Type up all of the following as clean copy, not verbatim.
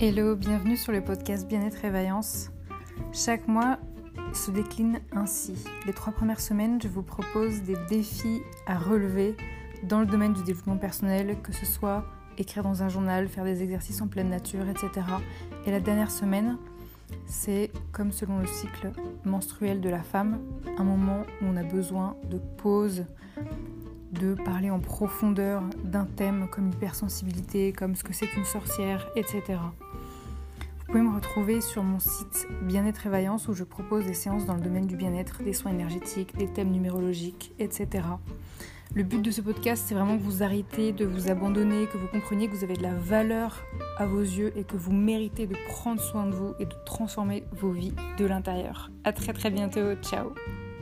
Hello, bienvenue sur le podcast Bien-être et Vaillance. Chaque mois se décline ainsi. Les 3 premières semaines, je vous propose des défis à relever dans le domaine du développement personnel, que ce soit écrire dans un journal, faire des exercices en pleine nature, etc. Et la dernière semaine, c'est, comme selon le cycle menstruel de la femme, un moment où on a besoin de pause, de parler en profondeur d'un thème comme l'hypersensibilité, comme ce que c'est qu'une sorcière, etc. Vous pouvez me retrouver sur mon site Bien-être et Vaillance où je propose des séances dans le domaine du bien-être, des soins énergétiques, des thèmes numérologiques, etc. Le but de ce podcast, c'est vraiment que vous arrêtez de vous abandonner, que vous compreniez que vous avez de la valeur à vos yeux et que vous méritez de prendre soin de vous et de transformer vos vies de l'intérieur. À très très bientôt, ciao.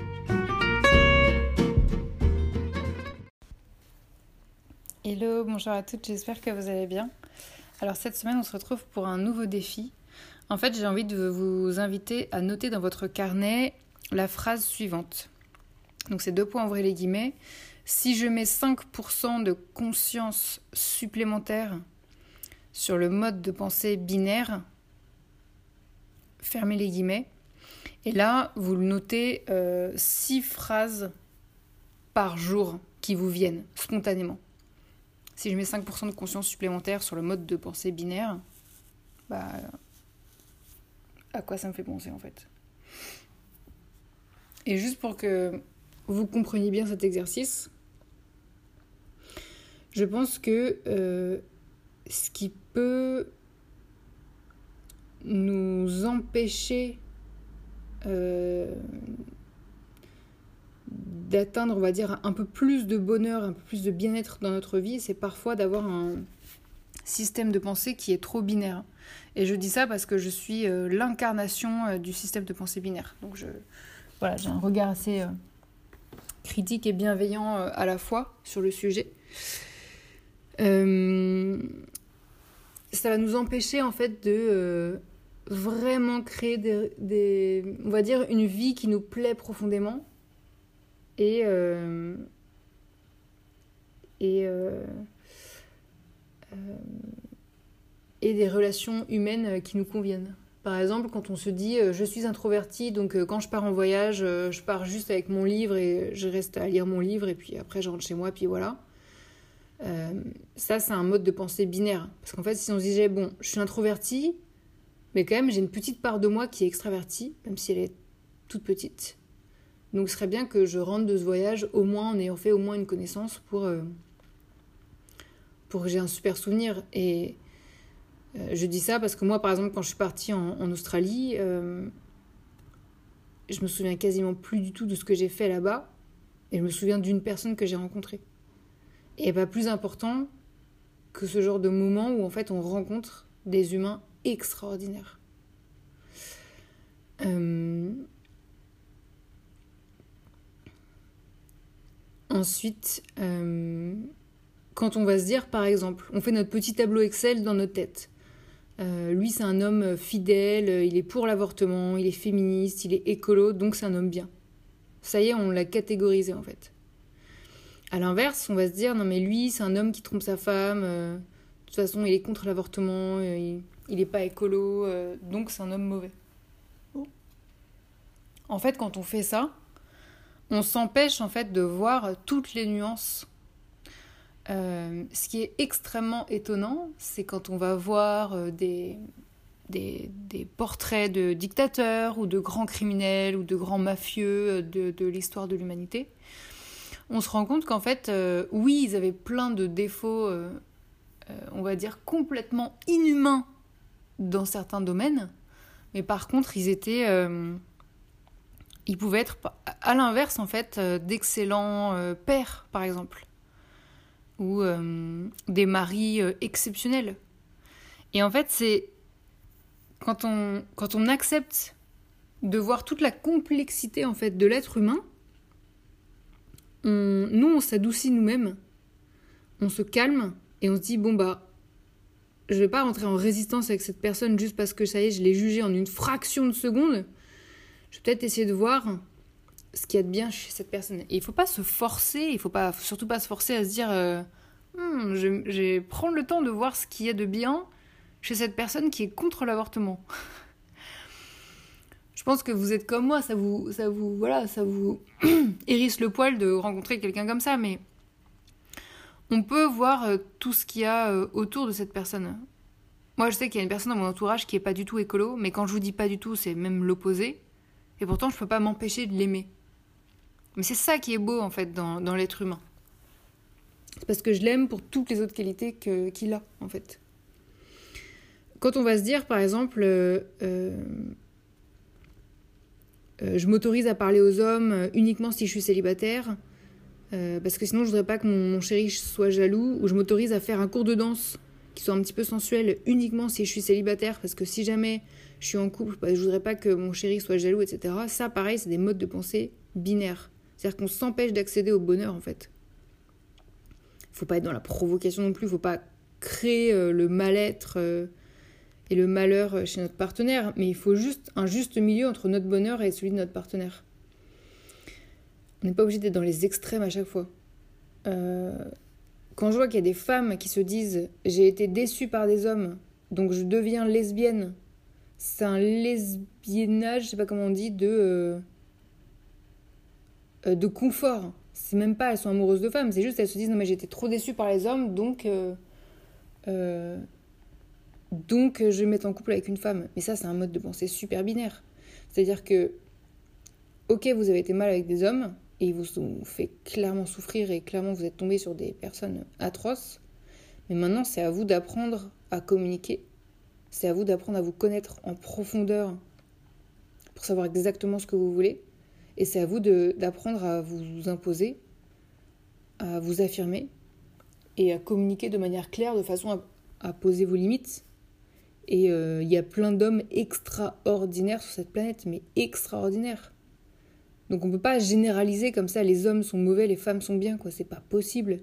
Hello, bonjour à toutes, j'espère que vous allez bien. Alors cette semaine, on se retrouve pour un nouveau défi. En fait, j'ai envie de vous inviter à noter dans votre carnet la phrase suivante. Donc c'est 2 points, ouvrez les guillemets. Si je mets 5% de conscience supplémentaire sur le mode de pensée binaire, fermez les guillemets. Et là, vous le notez 6 phrases par jour qui vous viennent spontanément. Si je mets 5% de conscience supplémentaire sur le mode de pensée binaire, à quoi ça me fait penser en fait ? Et juste pour que vous compreniez bien cet exercice, je pense que ce qui peut nous empêcher d'atteindre, on va dire, un peu plus de bonheur, un peu plus de bien-être dans notre vie, c'est parfois d'avoir un système de pensée qui est trop binaire. Et je dis ça parce que je suis l'incarnation du système de pensée binaire. Donc j'ai un regard assez critique et bienveillant à la fois sur le sujet. Ça va nous empêcher en fait de vraiment créer on va dire, une vie qui nous plaît profondément et des relations humaines qui nous conviennent. Par exemple, quand on se dit je suis introvertie, donc quand je pars en voyage, je pars juste avec mon livre et je reste à lire mon livre et puis après je rentre chez moi, puis voilà. Ça, c'est un mode de pensée binaire. Parce qu'en fait, si on se disait, bon, je suis introvertie, mais quand même, j'ai une petite part de moi qui est extravertie, même si elle est toute petite. Donc, ce serait bien que je rentre de ce voyage, au moins en ayant fait au moins une connaissance pour que j'ai un super souvenir. Et je dis ça parce que moi, par exemple, quand je suis partie en Australie, je me souviens quasiment plus du tout de ce que j'ai fait là-bas. Et je me souviens d'une personne que j'ai rencontrée. Et pas plus important que ce genre de moment où en fait on rencontre des humains extraordinaires. Ensuite, quand on va se dire, par exemple, on fait notre petit tableau Excel dans notre tête. Lui, c'est un homme fidèle, il est pour l'avortement, il est féministe, il est écolo, donc c'est un homme bien. Ça y est, on l'a catégorisé en fait. À l'inverse, on va se dire, non mais lui, c'est un homme qui trompe sa femme, de toute façon, il est contre l'avortement, il est pas écolo, donc c'est un homme mauvais. En fait, quand on fait ça, on s'empêche en fait de voir toutes les nuances. Ce qui est extrêmement étonnant, c'est quand on va voir des portraits de dictateurs ou de grands criminels ou de grands mafieux de l'histoire de l'humanité. On se rend compte qu'en fait, oui, ils avaient plein de défauts, on va dire, complètement inhumains dans certains domaines, mais par contre, ils pouvaient être, à l'inverse, en fait, d'excellents pères, par exemple, ou des maris exceptionnels. Et en fait, c'est quand on accepte de voir toute la complexité, en fait, de l'être humain, on s'adoucit nous-mêmes, on se calme et on se dit je vais pas rentrer en résistance avec cette personne juste parce que ça y est, je l'ai jugée en une fraction de seconde. Je vais peut-être essayer de voir ce qu'il y a de bien chez cette personne. Et il faut pas se forcer, il faut surtout pas se forcer à se dire je vais prendre le temps de voir ce qu'il y a de bien chez cette personne qui est contre l'avortement. Je pense que vous êtes comme moi, ça vous hérisse le poil de rencontrer quelqu'un comme ça, mais on peut voir tout ce qu'il y a autour de cette personne. Moi, je sais qu'il y a une personne dans mon entourage qui est pas du tout écolo, mais quand je vous dis pas du tout, c'est même l'opposé, et pourtant je peux pas m'empêcher de l'aimer. Mais c'est ça qui est beau, en fait, dans l'être humain. C'est parce que je l'aime pour toutes les autres qualités qu'il a, en fait. Quand on va se dire, par exemple, je m'autorise à parler aux hommes uniquement si je suis célibataire, parce que sinon je voudrais pas que mon chéri soit jaloux, ou je m'autorise à faire un cours de danse qui soit un petit peu sensuel uniquement si je suis célibataire, parce que si jamais je suis en couple, je voudrais pas que mon chéri soit jaloux, etc. Ça, pareil, c'est des modes de pensée binaires. C'est-à-dire qu'on s'empêche d'accéder au bonheur, en fait. Faut pas être dans la provocation non plus, faut pas créer le mal-être et le malheur chez notre partenaire, mais il faut juste un juste milieu entre notre bonheur et celui de notre partenaire. On n'est pas obligé d'être dans les extrêmes à chaque fois. Quand je vois qu'il y a des femmes qui se disent « j'ai été déçue par des hommes, donc je deviens lesbienne », c'est un lesbiennage, je sais pas comment on dit, de confort. C'est même pas elles sont amoureuses de femmes, c'est juste elles se disent « non mais j'ai été trop déçue par les hommes, donc je vais me mettre en couple avec une femme ». Mais ça, c'est un mode de pensée super binaire. C'est-à-dire que, ok, vous avez été mal avec des hommes, et ils vous ont fait clairement souffrir, et clairement vous êtes tombé sur des personnes atroces, mais maintenant c'est à vous d'apprendre à communiquer, c'est à vous d'apprendre à vous connaître en profondeur pour savoir exactement ce que vous voulez, et c'est à vous d'apprendre à vous imposer, à vous affirmer, et à communiquer de manière claire, de façon à poser vos limites. Et il y a plein d'hommes extraordinaires sur cette planète, mais extraordinaires. Donc on peut pas généraliser comme ça, les hommes sont mauvais, les femmes sont bien, quoi, c'est pas possible.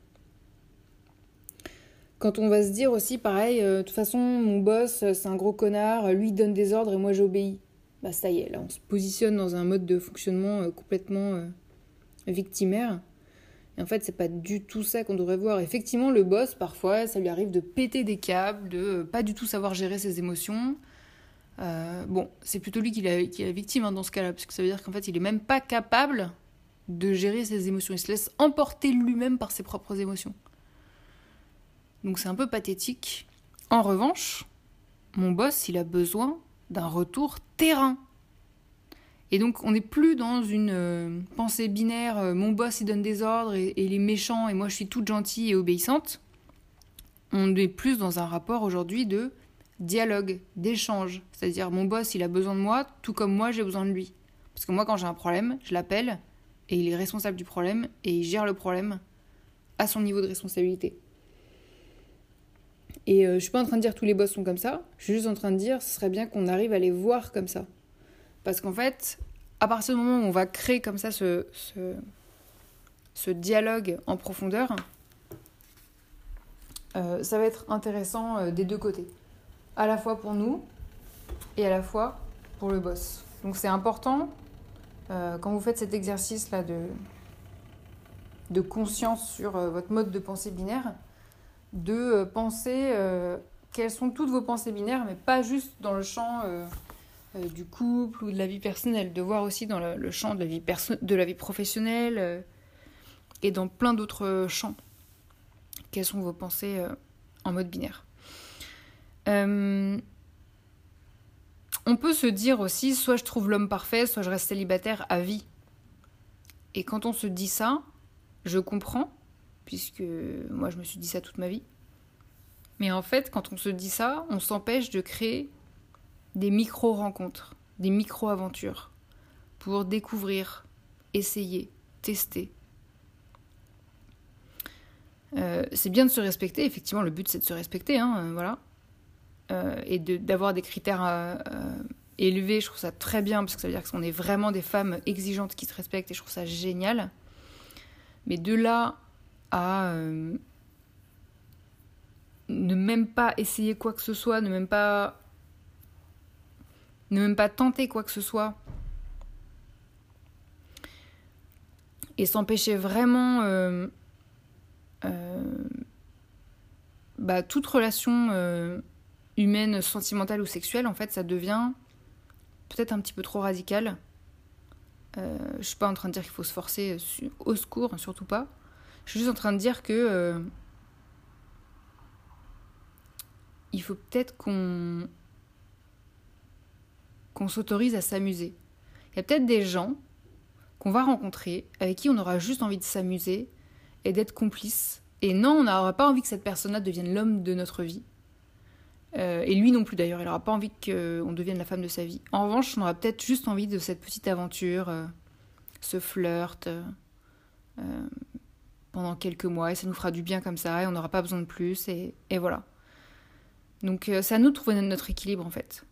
Quand on va se dire aussi, pareil, de toute façon, mon boss, c'est un gros connard, lui il donne des ordres et moi j'obéis. Bah ça y est, là on se positionne dans un mode de fonctionnement complètement victimaire. Et en fait, c'est pas du tout ça qu'on devrait voir. Effectivement, le boss, parfois, ça lui arrive de péter des câbles, de pas du tout savoir gérer ses émotions. Bon, c'est plutôt lui qui est la victime dans ce cas-là, parce que ça veut dire qu'en fait, il est même pas capable de gérer ses émotions. Il se laisse emporter lui-même par ses propres émotions. Donc c'est un peu pathétique. En revanche, mon boss, il a besoin d'un retour terrain. Et donc, on n'est plus dans une pensée binaire, mon boss, il donne des ordres et il est méchant et moi, je suis toute gentille et obéissante. On est plus dans un rapport aujourd'hui de dialogue, d'échange. C'est-à-dire, mon boss, il a besoin de moi, tout comme moi, j'ai besoin de lui. Parce que moi, quand j'ai un problème, je l'appelle et il est responsable du problème et il gère le problème à son niveau de responsabilité. Et je suis pas en train de dire que tous les boss sont comme ça, je suis juste en train de dire ce serait bien qu'on arrive à les voir comme ça. Parce qu'en fait, à partir du moment où on va créer comme ça ce dialogue en profondeur, ça va être intéressant des deux côtés. À la fois pour nous et à la fois pour le boss. Donc c'est important, quand vous faites cet exercice-là de conscience sur votre mode de pensée binaire, de penser quelles sont toutes vos pensées binaires, mais pas juste dans le champ du couple ou de la vie personnelle, de voir aussi dans le champ de la vie professionnelle et dans plein d'autres champs. Quelles sont vos pensées en mode binaire. On peut se dire aussi, soit je trouve l'homme parfait, soit je reste célibataire à vie. Et quand on se dit ça, je comprends, puisque moi je me suis dit ça toute ma vie. Mais en fait, quand on se dit ça, on s'empêche de créer des micro-rencontres, des micro-aventures pour découvrir, essayer, tester. C'est bien de se respecter, effectivement le but c'est de se respecter, voilà. Et d'avoir des critères élevés, je trouve ça très bien, parce que ça veut dire qu'on est vraiment des femmes exigeantes qui se respectent, et je trouve ça génial. Mais de là à ne même pas essayer quoi que ce soit, ne même pas tenter quoi que ce soit, et s'empêcher vraiment toute relation humaine, sentimentale ou sexuelle, en fait, ça devient peut-être un petit peu trop radical. Je suis pas en train de dire qu'il faut se forcer au secours, surtout pas. Je suis juste en train de dire que il faut peut-être qu'on s'autorise à s'amuser. Il y a peut-être des gens qu'on va rencontrer, avec qui on aura juste envie de s'amuser et d'être complice. Et non, on n'aura pas envie que cette personne-là devienne l'homme de notre vie. Et lui non plus d'ailleurs, il n'aura pas envie qu'on devienne la femme de sa vie. En revanche, on aura peut-être juste envie de cette petite aventure, ce flirt, pendant quelques mois, et ça nous fera du bien comme ça, et on n'aura pas besoin de plus, et voilà. Donc c'est à nous de trouver notre équilibre en fait.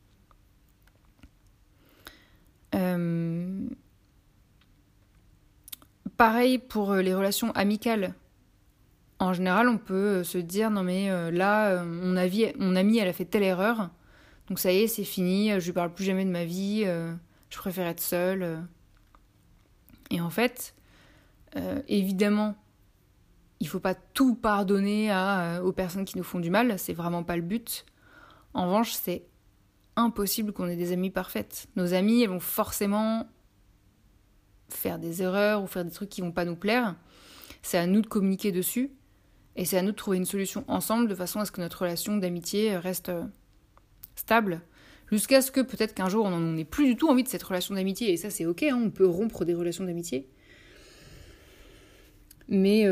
Pareil pour les relations amicales. En général, on peut se dire non mais là, mon amie, elle a fait telle erreur, donc ça y est, c'est fini, je lui parle plus jamais de ma vie, je préfère être seule. Et en fait, évidemment, il faut pas tout pardonner aux personnes qui nous font du mal, c'est vraiment pas le but. En revanche, c'est impossible qu'on ait des amies parfaites. Nos amies, elles vont forcément faire des erreurs ou faire des trucs qui vont pas nous plaire. C'est à nous de communiquer dessus. Et c'est à nous de trouver une solution ensemble de façon à ce que notre relation d'amitié reste stable. Jusqu'à ce que peut-être qu'un jour on n'en ait plus du tout envie de cette relation d'amitié. Et ça c'est ok, on peut rompre des relations d'amitié. Mais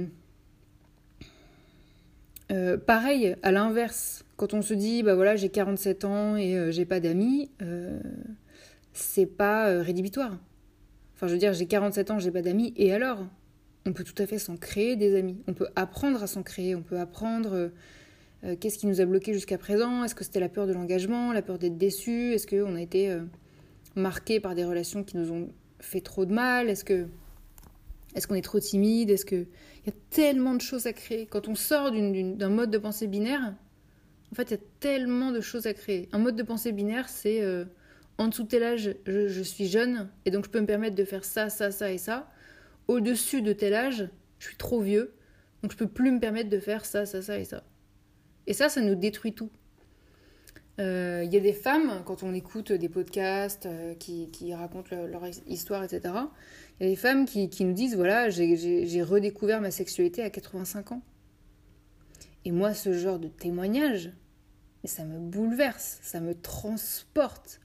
pareil, à l'inverse, quand on se dit bah voilà j'ai 47 ans et j'ai pas d'amis, c'est pas rédhibitoire. Enfin je veux dire j'ai 47 ans, j'ai pas d'amis, et alors ? On peut tout à fait s'en créer des amis. On peut apprendre à s'en créer. On peut apprendre qu'est-ce qui nous a bloqués jusqu'à présent. Est-ce que c'était la peur de l'engagement, la peur d'être déçu ? Est-ce qu'on a été marqué par des relations qui nous ont fait trop de mal ? Est-ce qu'on est trop timide ? Il y a tellement de choses à créer. Quand on sort d'un mode de pensée binaire, en fait, il y a tellement de choses à créer. Un mode de pensée binaire, c'est en dessous de tel âge, je suis jeune, et donc je peux me permettre de faire ça, ça, ça et ça. Au-dessus de tel âge, je suis trop vieux, donc je peux plus me permettre de faire ça, ça, ça et ça. Et ça nous détruit tout. Il y a des femmes, quand on écoute des podcasts qui racontent leur histoire, etc., il y a des femmes qui nous disent, voilà, j'ai redécouvert ma sexualité à 85 ans. Et moi, ce genre de témoignage, ça me bouleverse, ça me transporte.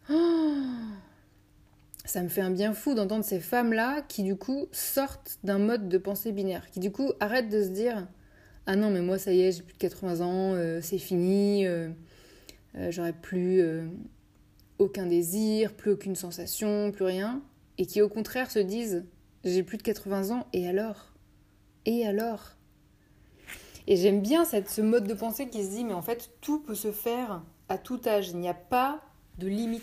Ça me fait un bien fou d'entendre ces femmes-là qui, du coup, sortent d'un mode de pensée binaire. Qui, du coup, arrêtent de se dire « Ah non, mais moi, ça y est, j'ai plus de 80 ans, c'est fini, j'aurai plus aucun désir, plus aucune sensation, plus rien. » Et qui, au contraire, se disent « J'ai plus de 80 ans, et alors ? Et alors ?» Et j'aime bien ce mode de pensée qui se dit « Mais en fait, tout peut se faire à tout âge. Il n'y a pas de limite. »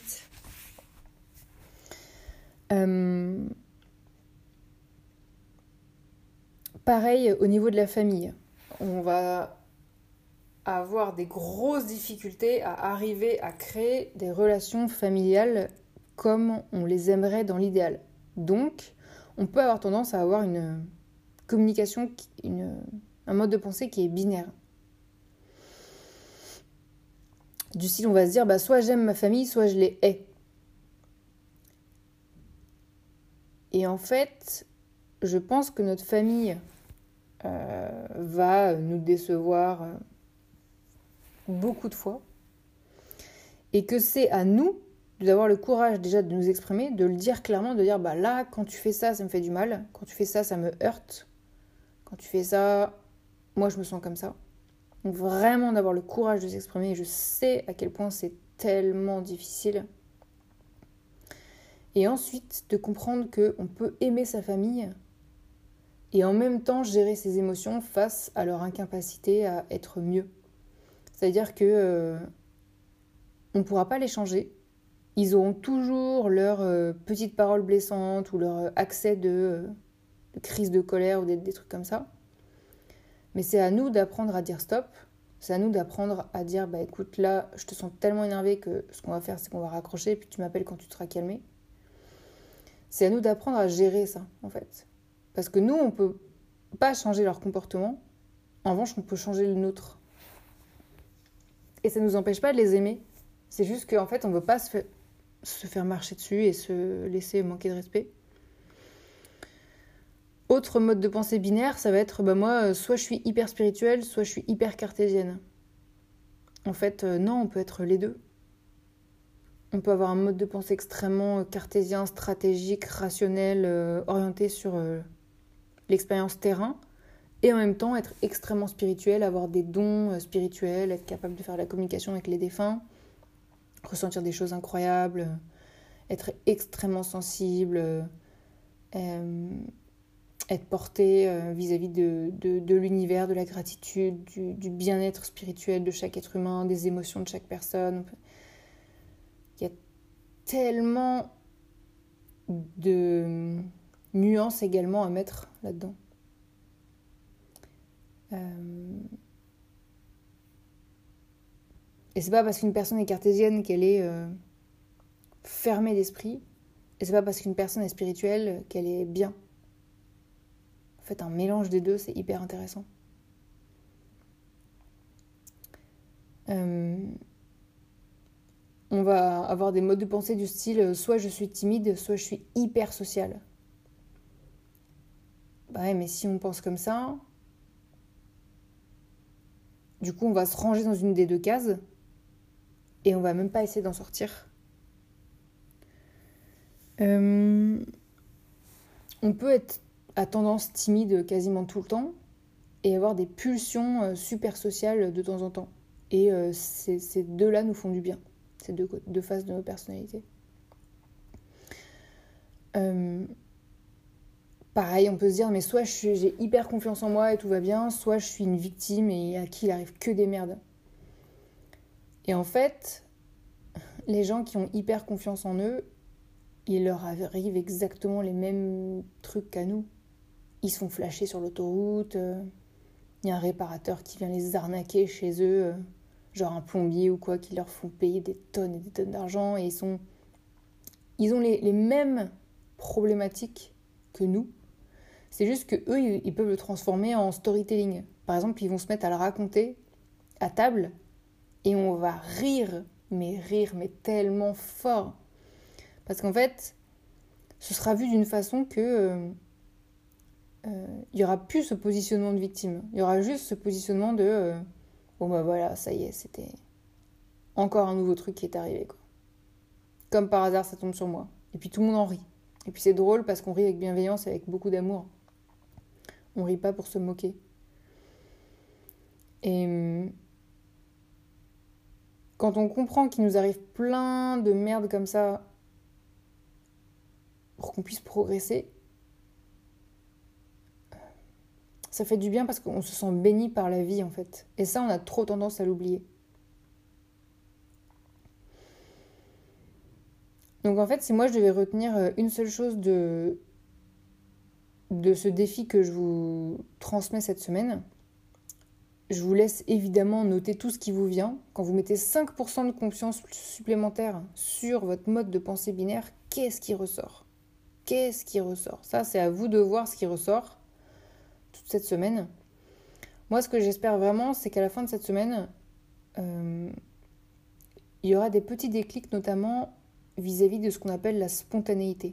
Pareil au niveau de la famille, on va avoir des grosses difficultés à arriver à créer des relations familiales comme on les aimerait dans l'idéal. Donc, on peut avoir tendance à avoir une communication, un mode de pensée qui est binaire. Du style, on va se dire, bah, soit j'aime ma famille, soit je les hais. Et en fait, je pense que notre famille va nous décevoir beaucoup de fois. Et que c'est à nous d'avoir le courage déjà de nous exprimer, de le dire clairement, de dire bah là, quand tu fais ça, ça me fait du mal. Quand tu fais ça, ça me heurte. Quand tu fais ça, moi je me sens comme ça. Donc vraiment d'avoir le courage de s'exprimer. Je sais à quel point c'est tellement difficile. Et ensuite, de comprendre qu'on peut aimer sa famille et en même temps gérer ses émotions face à leur incapacité à être mieux. C'est-à-dire que on ne pourra pas les changer. Ils auront toujours leurs petites paroles blessantes ou leur accès de crise de colère ou des trucs comme ça. Mais c'est à nous d'apprendre à dire stop. C'est à nous d'apprendre à dire bah écoute, là, je te sens tellement énervé que ce qu'on va faire, c'est qu'on va raccrocher et puis tu m'appelles quand tu te seras calmé. C'est à nous d'apprendre à gérer ça, en fait. Parce que nous, on ne peut pas changer leur comportement. En revanche, on peut changer le nôtre. Et ça ne nous empêche pas de les aimer. C'est juste qu'en fait, on ne veut pas se faire marcher dessus et se laisser manquer de respect. Autre mode de pensée binaire, ça va être, moi, soit je suis hyper spirituelle, soit je suis hyper cartésienne. En fait, non, on peut être les deux. On peut avoir un mode de pensée extrêmement cartésien, stratégique, rationnel, orienté sur l'expérience terrain, et en même temps être extrêmement spirituel, avoir des dons spirituels, être capable de faire de la communication avec les défunts, ressentir des choses incroyables, être extrêmement sensible, être porté vis-à-vis de l'univers, de la gratitude, du bien-être spirituel de chaque être humain, des émotions de chaque personne. Il y a tellement de nuances également à mettre là-dedans. Et c'est pas parce qu'une personne est cartésienne qu'elle est fermée d'esprit, et c'est pas parce qu'une personne est spirituelle qu'elle est bien. En fait, un mélange des deux, c'est hyper intéressant. On va avoir des modes de pensée du style soit je suis timide, soit je suis hyper sociale. Bah ouais, mais si on pense comme ça, du coup on va se ranger dans une des deux cases et on va même pas essayer d'en sortir. On peut être à tendance timide quasiment tout le temps et avoir des pulsions super sociales de temps en temps. Et ces deux-là nous font du bien, ces deux faces de nos personnalités. Pareil, on peut se dire, mais soit j'ai hyper confiance en moi et tout va bien, soit je suis une victime et à qui il arrive que des merdes. Et en fait, les gens qui ont hyper confiance en eux, il leur arrive exactement les mêmes trucs qu'à nous. Ils se font flasher sur l'autoroute, il y a un réparateur qui vient les arnaquer chez eux, genre un plombier ou quoi, qui leur font payer des tonnes et des tonnes d'argent, et ils ont les mêmes problématiques que nous. C'est juste qu'eux, ils peuvent le transformer en storytelling. Par exemple, ils vont se mettre à le raconter à table et on va rire, mais tellement fort. Parce qu'en fait, ce sera vu d'une façon que il n'y aura plus ce positionnement de victime. Il y aura juste ce positionnement de bon bah voilà, ça y est, c'était encore un nouveau truc qui est arrivé, quoi. Comme par hasard, ça tombe sur moi. Et puis tout le monde en rit. Et puis c'est drôle parce qu'on rit avec bienveillance et avec beaucoup d'amour. On rit pas pour se moquer. Et quand on comprend qu'il nous arrive plein de merde comme ça pour qu'on puisse progresser, ça fait du bien parce qu'on se sent béni par la vie en fait. Et ça, on a trop tendance à l'oublier. Donc en fait, si moi je devais retenir une seule chose de ce défi que je vous transmets cette semaine, je vous laisse évidemment noter tout ce qui vous vient. Quand vous mettez 5% de confiance supplémentaire sur votre mode de pensée binaire, qu'est-ce qui ressort ? Qu'est-ce qui ressort ? Ça, c'est à vous de voir ce qui ressort toute cette semaine. Moi, ce que j'espère vraiment, c'est qu'à la fin de cette semaine, il y aura des petits déclics, notamment vis-à-vis de ce qu'on appelle la spontanéité.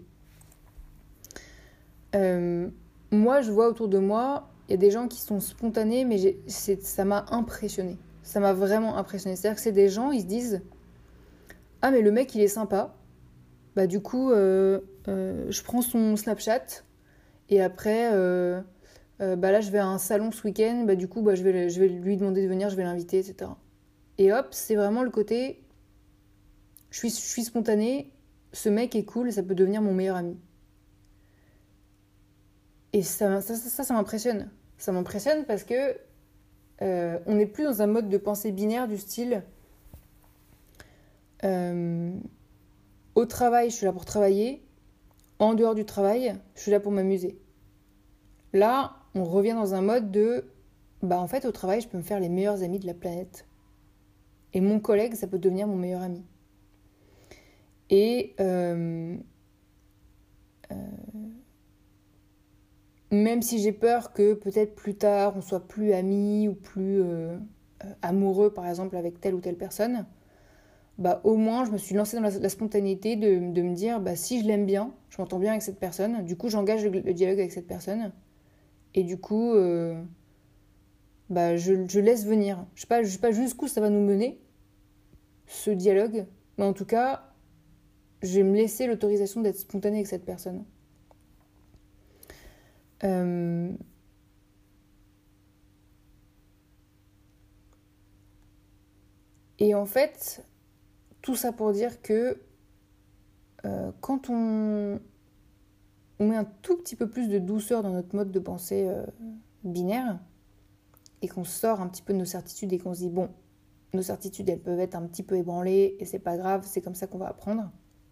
Moi, je vois autour de moi, il y a des gens qui sont spontanés, mais ça m'a impressionnée. Ça m'a vraiment impressionnée. C'est-à-dire que c'est des gens, ils se disent « Ah, mais le mec, il est sympa. Bah, du coup, je prends son Snapchat et après, là, je vais à un salon ce week-end. Bah, du coup, je vais lui demander de venir, je vais l'inviter, etc. » Et hop, c'est vraiment le côté « Je suis spontanée, ce mec est cool, ça peut devenir mon meilleur ami. » Et ça m'impressionne. Ça m'impressionne parce que on n'est plus dans un mode de pensée binaire du style au travail, je suis là pour travailler. En dehors du travail, je suis là pour m'amuser. Là, on revient dans un mode de en fait, au travail, je peux me faire les meilleurs amis de la planète. Et mon collègue, ça peut devenir mon meilleur ami. Et même si j'ai peur que peut-être plus tard on soit plus amis ou plus amoureux par exemple avec telle ou telle personne, bah au moins je me suis lancée dans la spontanéité de me dire si je l'aime bien, je m'entends bien avec cette personne, du coup j'engage le dialogue avec cette personne et du coup je laisse venir. Je sais pas jusqu'où ça va nous mener ce dialogue, mais en tout cas je vais me laisser l'autorisation d'être spontanée avec cette personne. Et en fait, tout ça pour dire que quand on met un tout petit peu plus de douceur dans notre mode de pensée binaire et qu'on sort un petit peu de nos certitudes et qu'on se dit bon, nos certitudes elles peuvent être un petit peu ébranlées et c'est pas grave, c'est comme ça qu'on va apprendre.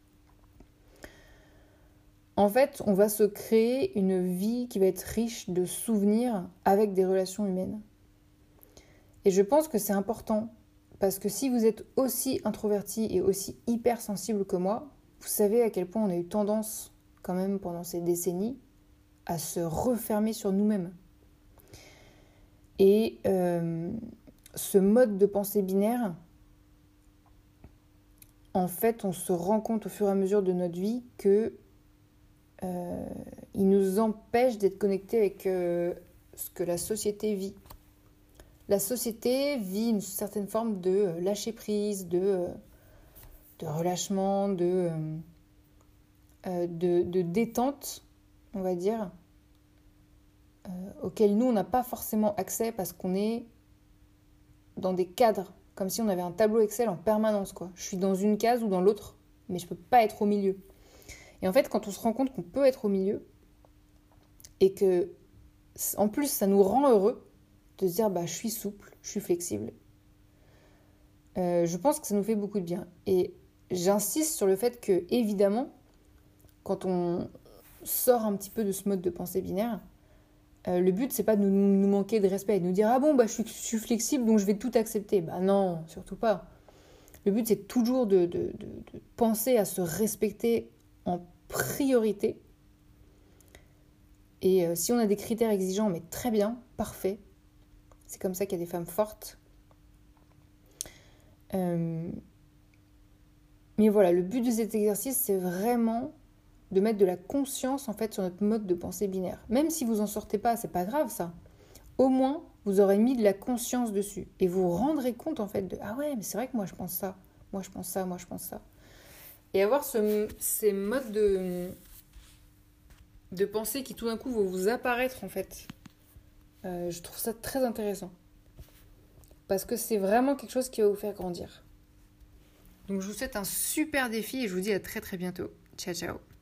En fait, on va se créer une vie qui va être riche de souvenirs avec des relations humaines. Et je pense que c'est important parce que si vous êtes aussi introverti et aussi hypersensible que moi, vous savez à quel point on a eu tendance quand même pendant ces décennies à se refermer sur nous-mêmes. Et ce mode de pensée binaire, en fait, on se rend compte au fur et à mesure de notre vie que il nous empêche d'être connectés avec ce que la société vit. La société vit une certaine forme de lâcher-prise, de relâchement, de détente, on va dire, auquel nous, on n'a pas forcément accès parce qu'on est dans des cadres, comme si on avait un tableau Excel en permanence, quoi. Je suis dans une case ou dans l'autre, mais je ne peux pas être au milieu. Et en fait, quand on se rend compte qu'on peut être au milieu, et que, en plus, ça nous rend heureux de se dire, je suis souple, je suis flexible, je pense que ça nous fait beaucoup de bien. Et j'insiste sur le fait que, évidemment, quand on sort un petit peu de ce mode de pensée binaire, le but, c'est pas de nous manquer de respect et de nous dire « Ah bon, je suis flexible, donc je vais tout accepter. » Non, surtout pas. Le but, c'est toujours de penser à se respecter en priorité. Et si on a des critères exigeants, mais très bien, parfait. C'est comme ça qu'il y a des femmes fortes. Mais voilà, le but de cet exercice, c'est vraiment de mettre de la conscience en fait sur notre mode de pensée binaire. Même si vous en sortez pas, c'est pas grave ça. Au moins, vous aurez mis de la conscience dessus et vous vous rendrez compte en fait de ah ouais, mais c'est vrai que moi je pense ça, moi je pense ça, moi je pense ça. Et avoir ces modes de pensée qui tout d'un coup vont vous apparaître en fait. Je trouve ça très intéressant parce que c'est vraiment quelque chose qui va vous faire grandir. Donc je vous souhaite un super défi et je vous dis à très très bientôt. Ciao ciao.